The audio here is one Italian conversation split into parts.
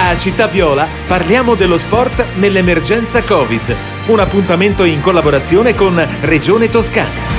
A Città Viola parliamo dello sport nell'emergenza Covid. Un appuntamento in collaborazione con Regione Toscana.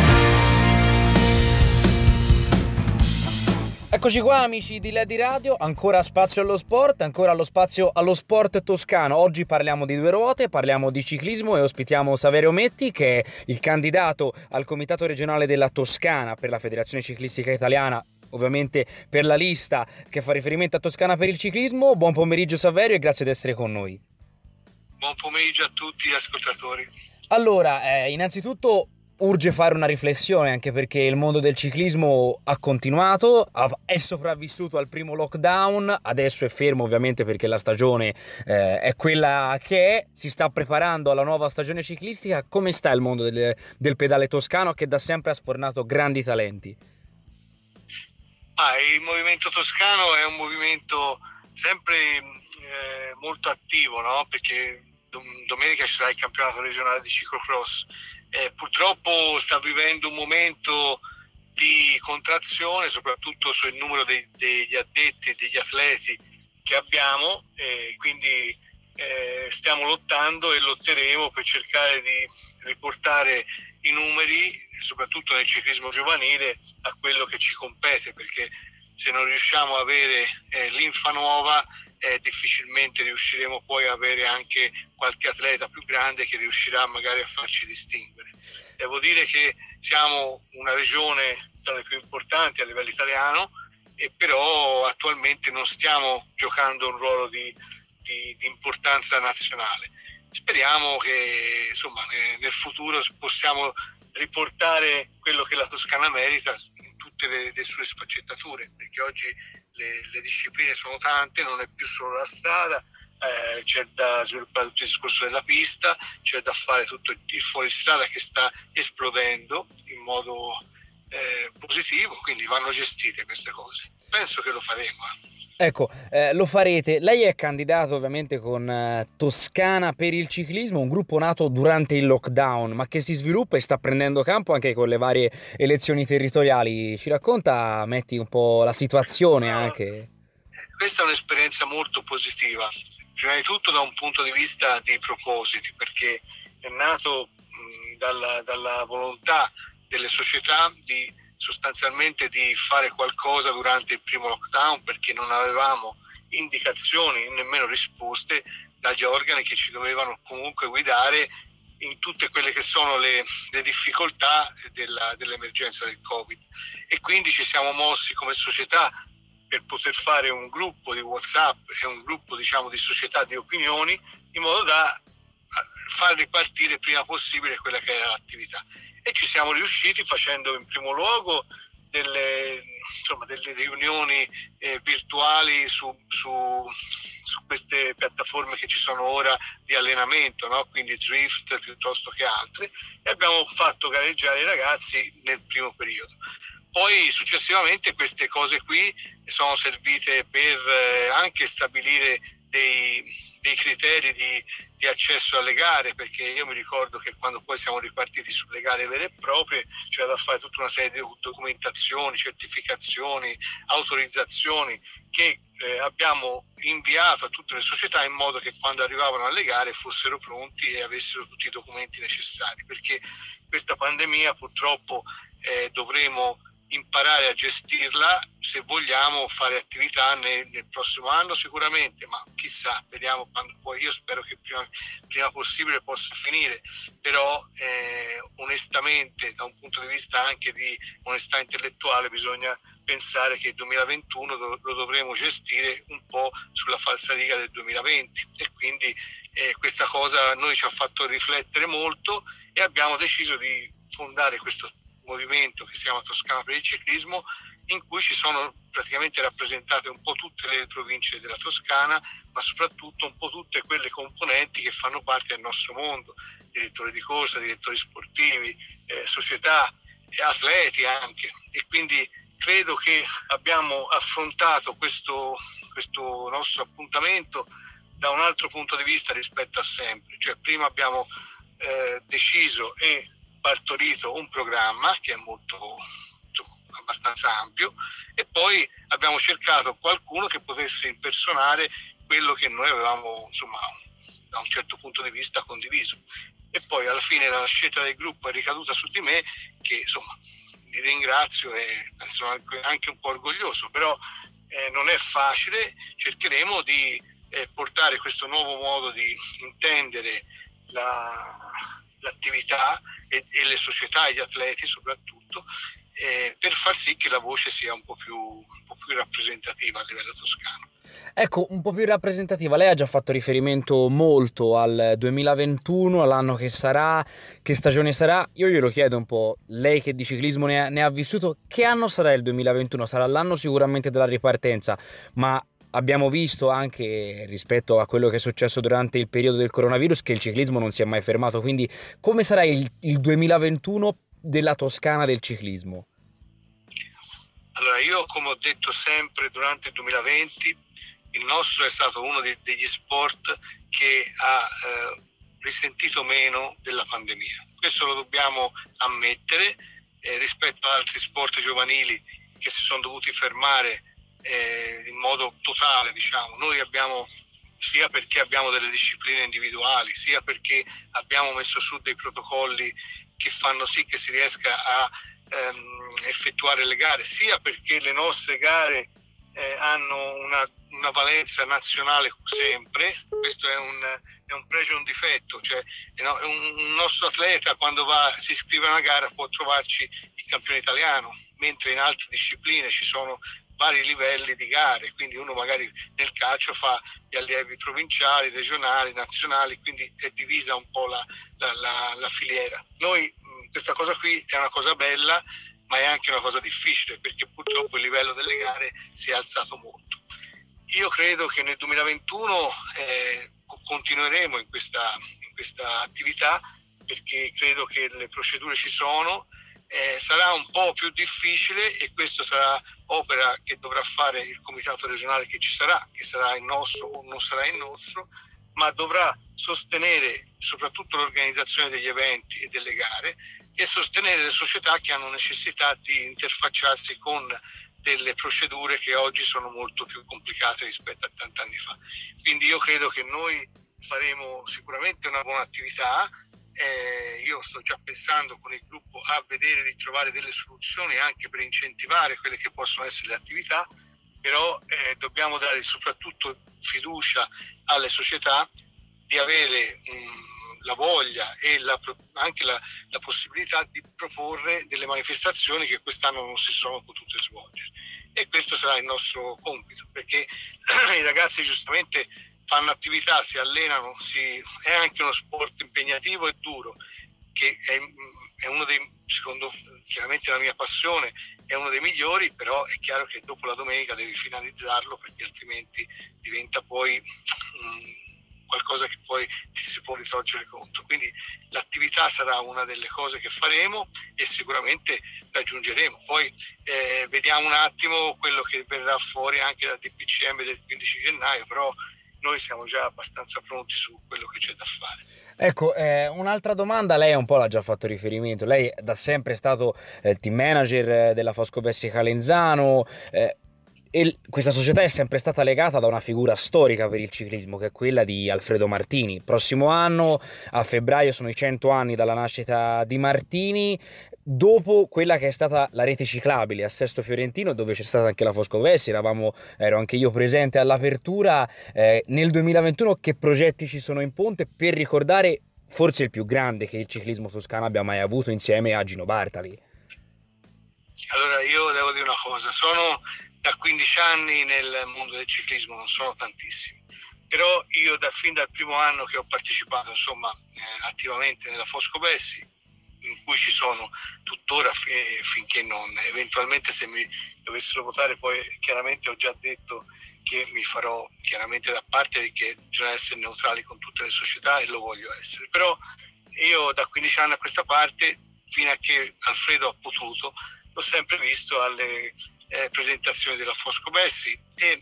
Eccoci qua amici di Ledi Radio, ancora spazio allo sport, ancora lo spazio allo sport toscano. Oggi parliamo di due ruote, parliamo di ciclismo e ospitiamo Saverio Metti, che è il candidato al comitato regionale della Toscana per la Federazione Ciclistica Italiana, ovviamente per la lista che fa riferimento a Toscana per il ciclismo. Buon pomeriggio Saverio e grazie di essere con noi. Buon pomeriggio a tutti gli ascoltatori. Allora, innanzitutto urge fare una riflessione, anche perché il mondo del ciclismo ha continuato, è sopravvissuto al primo lockdown, adesso è fermo ovviamente perché la stagione è quella che è, si sta preparando alla nuova stagione ciclistica. Come sta il mondo del pedale toscano, che da sempre ha sfornato grandi talenti? Il movimento toscano è un movimento sempre molto attivo, no? Perché domenica ci sarà il campionato regionale di ciclocross. Purtroppo sta vivendo un momento di contrazione, soprattutto sul numero degli addetti e degli atleti che abbiamo, quindi stiamo lottando e lotteremo per cercare di riportare i numeri, soprattutto nel ciclismo giovanile, a quello che ci compete, perché se non riusciamo a avere linfa nuova, difficilmente riusciremo poi a avere anche qualche atleta più grande che riuscirà magari a farci distinguere. Devo dire che siamo una regione tra le più importanti a livello italiano, e però attualmente non stiamo giocando un ruolo di importanza nazionale. Speriamo che insomma nel futuro possiamo riportare quello che la Toscana merita in tutte le sue sfaccettature, perché oggi le discipline sono tante, non è più solo la strada, c'è da sviluppare tutto il discorso della pista, c'è da fare tutto il fuoristrada che sta esplodendo in modo positivo, quindi vanno gestite queste cose. Penso che lo faremo. Ecco, lo farete. Lei è candidato ovviamente con Toscana per il ciclismo, un gruppo nato durante il lockdown, ma che si sviluppa e sta prendendo campo anche con le varie elezioni territoriali. Ci racconta, Metti, un po' la situazione anche? Questa è un'esperienza molto positiva, prima di tutto da un punto di vista di propositi, perché è nato dalla volontà delle società sostanzialmente di fare qualcosa durante il primo lockdown, perché non avevamo indicazioni e nemmeno risposte dagli organi che ci dovevano comunque guidare in tutte quelle che sono le difficoltà dell'emergenza del Covid, e quindi ci siamo mossi come società per poter fare un gruppo di WhatsApp e un gruppo di società di opinioni, in modo da far ripartire il prima possibile quella che era l'attività. E ci siamo riusciti facendo in primo luogo delle riunioni virtuali su queste piattaforme che ci sono ora di allenamento, no? Quindi Zwift piuttosto che altre, e abbiamo fatto gareggiare i ragazzi nel primo periodo. Poi successivamente queste cose qui sono servite per anche stabilire dei criteri di accesso alle gare, perché io mi ricordo che quando poi siamo ripartiti sulle gare vere e proprie c'era da fare tutta una serie di documentazioni, certificazioni, autorizzazioni che abbiamo inviato a tutte le società, in modo che quando arrivavano alle gare fossero pronti e avessero tutti i documenti necessari, perché questa pandemia purtroppo dovremo imparare a gestirla se vogliamo fare attività nel prossimo anno sicuramente, ma chissà, vediamo quando poi. Io spero che prima possibile possa finire, però onestamente, da un punto di vista anche di onestà intellettuale, bisogna pensare che il 2021 lo dovremo gestire un po' sulla falsariga del 2020, e quindi questa cosa a noi ci ha fatto riflettere molto, e abbiamo deciso di fondare questo movimento che si chiama Toscana per il ciclismo, in cui ci sono praticamente rappresentate un po' tutte le province della Toscana, ma soprattutto un po' tutte quelle componenti che fanno parte del nostro mondo: direttori di corsa, direttori sportivi, società, atleti anche. E quindi credo che abbiamo affrontato questo nostro appuntamento da un altro punto di vista rispetto a sempre. Cioè, prima abbiamo deciso e partorito un programma che è molto, abbastanza ampio, e poi abbiamo cercato qualcuno che potesse impersonare quello che noi avevamo, insomma, da un certo punto di vista condiviso. E poi alla fine la scelta del gruppo è ricaduta su di me, che insomma li ringrazio e sono anche un po' orgoglioso, però non è facile. Cercheremo di portare questo nuovo modo di intendere l'attività e le società e gli atleti soprattutto, per far sì che la voce sia un po' più rappresentativa a livello toscano. Ecco, un po' più rappresentativa. Lei ha già fatto riferimento molto al 2021, all'anno che sarà, che stagione sarà. Io glielo chiedo un po', lei che di ciclismo ne ha vissuto, che anno sarà il 2021? Sarà l'anno sicuramente della ripartenza, ma abbiamo visto anche rispetto a quello che è successo durante il periodo del coronavirus che il ciclismo non si è mai fermato. Quindi come sarà il 2021 della Toscana del ciclismo? Allora, io come ho detto sempre durante il 2020, il nostro è stato uno degli sport che ha risentito meno della pandemia. Questo lo dobbiamo ammettere rispetto ad altri sport giovanili che si sono dovuti fermare in modo totale, diciamo. Noi abbiamo, sia perché abbiamo delle discipline individuali, sia perché abbiamo messo su dei protocolli che fanno sì che si riesca a effettuare le gare, sia perché le nostre gare hanno una valenza nazionale sempre. Questo è un pregio e un difetto, cioè un nostro atleta quando si iscrive a una gara può trovarci il campione italiano, mentre in altre discipline ci sono vari livelli di gare, quindi uno magari nel calcio fa gli allievi provinciali, regionali, nazionali, quindi è divisa un po' la filiera. Noi questa cosa qui è una cosa bella, ma è anche una cosa difficile, perché purtroppo il livello delle gare si è alzato molto. Io credo che nel 2021 continueremo in questa attività, perché credo che le procedure ci sono. Sarà un po' più difficile e questo sarà opera che dovrà fare il comitato regionale che ci sarà, che sarà il nostro o non sarà il nostro, ma dovrà sostenere soprattutto l'organizzazione degli eventi e delle gare e sostenere le società che hanno necessità di interfacciarsi con delle procedure che oggi sono molto più complicate rispetto a tanti anni fa. Quindi io credo che noi faremo sicuramente una buona attività. Io sto già pensando con il gruppo a vedere di trovare delle soluzioni anche per incentivare quelle che possono essere le attività, però dobbiamo dare soprattutto fiducia alle società di avere la voglia e anche la possibilità di proporre delle manifestazioni che quest'anno non si sono potute svolgere, e questo sarà il nostro compito, perché i ragazzi giustamente fanno attività, si allenano, è anche uno sport impegnativo e duro, che è uno dei, secondo chiaramente la mia passione, è uno dei migliori, però è chiaro che dopo la domenica devi finalizzarlo, perché altrimenti diventa poi qualcosa che poi ti si può ritorcere contro. Quindi l'attività sarà una delle cose che faremo e sicuramente raggiungeremo. Poi vediamo un attimo quello che verrà fuori anche dal DPCM del 15 gennaio, però noi siamo già abbastanza pronti su quello che c'è da fare. Ecco, un'altra domanda, lei un po' l'ha già fatto riferimento, lei da sempre è stato team manager della Foscobessi Calenzano, e questa società è sempre stata legata da una figura storica per il ciclismo, che è quella di Alfredo Martini. Prossimo anno, a febbraio, sono i 100 anni dalla nascita di Martini, dopo quella che è stata la rete ciclabile a Sesto Fiorentino, dove c'è stata anche la Foscobessi, ero anche io presente all'apertura. Nel 2021 che progetti ci sono in ponte per ricordare forse il più grande che il ciclismo toscano abbia mai avuto insieme a Gino Bartali? Allora, io devo dire una cosa, sono da 15 anni nel mondo del ciclismo, non sono tantissimi, però io fin dal primo anno che ho partecipato attivamente nella Foscobessi, in cui ci sono tuttora finché non, eventualmente se mi dovessero votare, poi chiaramente ho già detto che mi farò chiaramente da parte, perché bisogna essere neutrali con tutte le società e lo voglio essere, però io da 15 anni a questa parte, fino a che Alfredo ha potuto, l'ho sempre visto alle presentazioni della Foscobessi e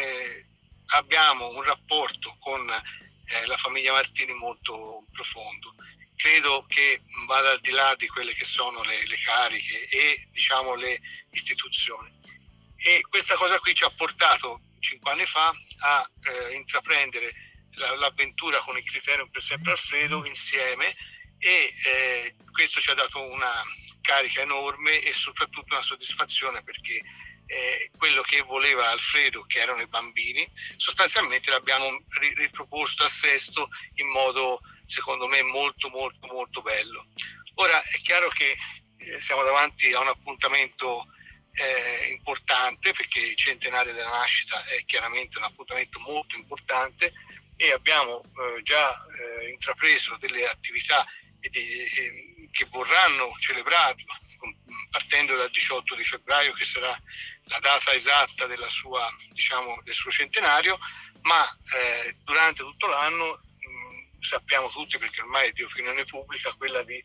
abbiamo un rapporto con la famiglia Martini molto profondo. Credo che vada al di là di quelle che sono le cariche e diciamo le istituzioni, e questa cosa qui ci ha portato 5 anni fa a intraprendere l'avventura con il Criterium per Sempre Alfredo insieme, e questo ci ha dato una carica enorme e soprattutto una soddisfazione, perché quello che voleva Alfredo, che erano i bambini, sostanzialmente l'abbiamo riproposto a Sesto in modo, secondo me, molto molto molto bello. Ora è chiaro che siamo davanti a un appuntamento importante, perché il centenario della nascita è chiaramente un appuntamento molto importante, e abbiamo già intrapreso delle attività che vorranno celebrarlo, partendo dal 18 di febbraio, che sarà la data esatta del suo centenario, ma durante tutto l'anno sappiamo tutti, perché ormai è di opinione pubblica, quella di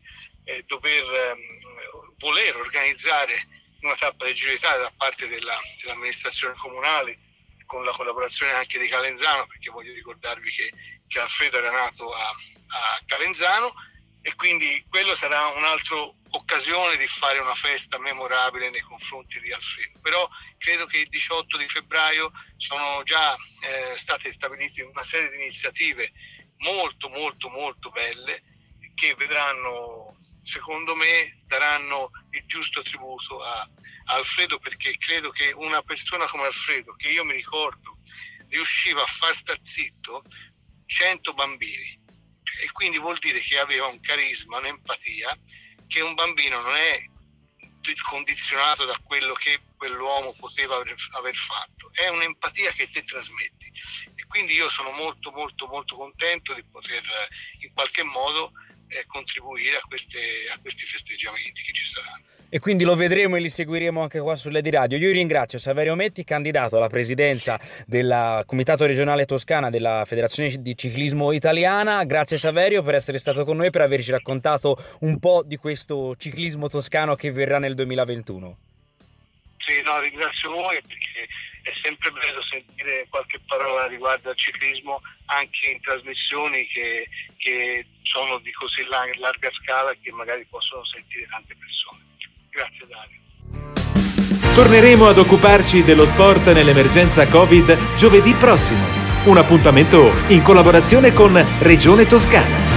voler organizzare una tappa del Giro d'Italia da parte dell'amministrazione comunale, con la collaborazione anche di Calenzano, perché voglio ricordarvi che Alfredo era nato a Calenzano, e quindi quello sarà un'altra occasione di fare una festa memorabile nei confronti di Alfredo. Però credo che il 18 di febbraio sono già state stabilite una serie di iniziative molto molto molto belle, che vedranno, secondo me, daranno il giusto tributo a Alfredo, perché credo che una persona come Alfredo, che io mi ricordo riusciva a far star zitto 100 bambini, e quindi vuol dire che aveva un carisma, un'empatia, che un bambino non è condizionato da quello che quell'uomo poteva aver fatto, è un'empatia che te trasmetti, e quindi io sono molto molto molto contento di poter in qualche modo contribuire a questi festeggiamenti che ci saranno. E quindi lo vedremo e li seguiremo anche qua su Lady Radio. Io ringrazio Saverio Metti, candidato alla presidenza del Comitato Regionale Toscana della Federazione di Ciclismo Italiana. Grazie Saverio per essere stato con noi, per averci raccontato un po' di questo ciclismo toscano che verrà nel 2021. Sì, no, ringrazio voi, perché è sempre bello sentire qualche parola riguardo al ciclismo, anche in trasmissioni che sono di così larga scala, che magari possono sentire tante persone. Grazie Dario. Torneremo ad occuparci dello sport nell'emergenza Covid giovedì prossimo. Un appuntamento in collaborazione con Regione Toscana.